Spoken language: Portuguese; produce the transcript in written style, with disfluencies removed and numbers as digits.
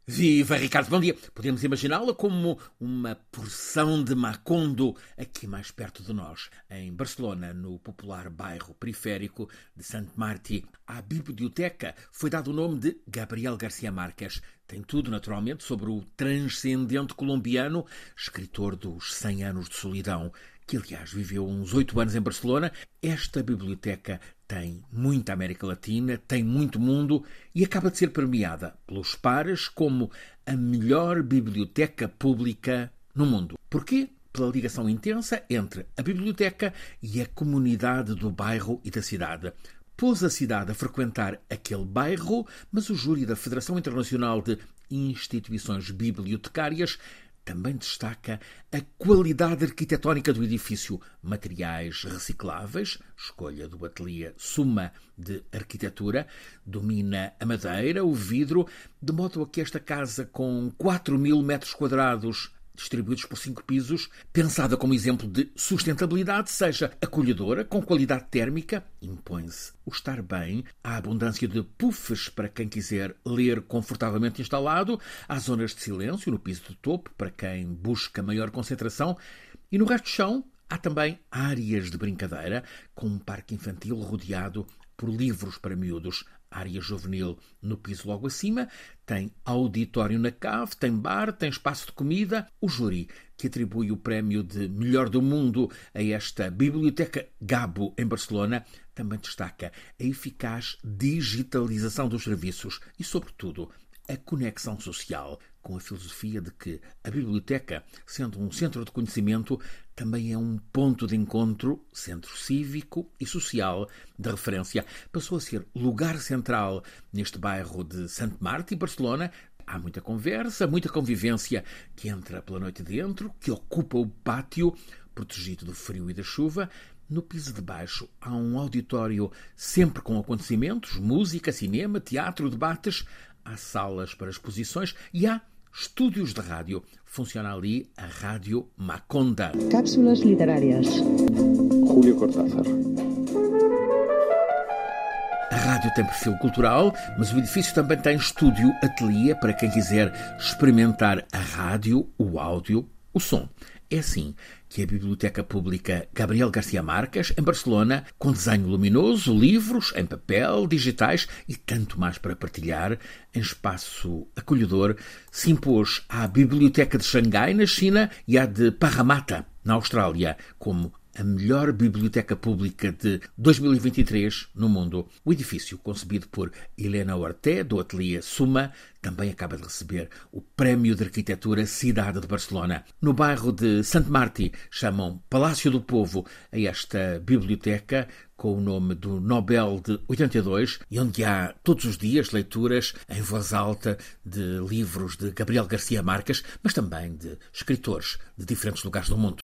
Viva, Ricardo, bom dia. Podemos imaginá-la como uma porção de Macondo aqui mais perto de nós, em Barcelona, no popular bairro periférico de Sant Martí. À biblioteca foi dado o nome de Gabriel García Márquez. Tem tudo, naturalmente, sobre o transcendente colombiano, escritor dos 100 anos de solidão, que, aliás, viveu uns 8 anos em Barcelona. Esta biblioteca tem muita América Latina, tem muito mundo e acaba de ser premiada pelos pares como a melhor biblioteca pública no mundo. Porquê? Pela ligação intensa entre a biblioteca e a comunidade do bairro e da cidade. Pôs a cidade a frequentar aquele bairro, mas o júri da Federação Internacional de Instituições Bibliotecárias também destaca a qualidade arquitetónica do edifício, materiais recicláveis, escolha do ateliê Suma de Arquitetura, domina a madeira, o vidro, de modo a que esta casa com 4.000 metros quadrados distribuídos por 5 pisos, pensada como exemplo de sustentabilidade, seja acolhedora, com qualidade térmica, impõe-se o estar bem, há abundância de puffs para quem quiser ler confortavelmente instalado, há zonas de silêncio no piso de topo para quem busca maior concentração e no resto do chão há também áreas de brincadeira, com um parque infantil rodeado por livros para miúdos, área juvenil no piso logo acima, tem auditório na cave, tem bar, tem espaço de comida. O júri, que atribui o prémio de melhor do mundo a esta Biblioteca Gabo em Barcelona, também destaca a eficaz digitalização dos serviços e, sobretudo, a conexão social, com a filosofia de que a biblioteca, sendo um centro de conhecimento, também é um ponto de encontro, centro cívico e social de referência. Passou a ser lugar central neste bairro de Sant Martí, Barcelona. Há muita conversa, muita convivência que entra pela noite dentro, que ocupa o pátio, protegido do frio e da chuva. No piso de baixo há um auditório sempre com acontecimentos, música, cinema, teatro, debates. Há salas para exposições e há estúdios de rádio. Funciona ali a Rádio Maconda. Cápsulas literárias. Júlio Cortázar. A rádio tem perfil cultural, mas o edifício também tem estúdio-ateliê para quem quiser experimentar a rádio, o áudio, o som. É assim que a Biblioteca Pública Gabriel García Márquez, em Barcelona, com desenho luminoso, livros em papel, digitais e tanto mais para partilhar, em espaço acolhedor, se impôs à Biblioteca de Xangai, na China, e à de Parramatta, na Austrália, como a melhor biblioteca pública de 2023 no mundo. O edifício, concebido por Helena Orté, do ateliê Suma, também acaba de receber o Prémio de Arquitetura Cidade de Barcelona. No bairro de Sant Martí, chamam Palácio do Povo a esta biblioteca, com o nome do Nobel de 82, e onde há todos os dias leituras em voz alta de livros de Gabriel García Márquez, mas também de escritores de diferentes lugares do mundo.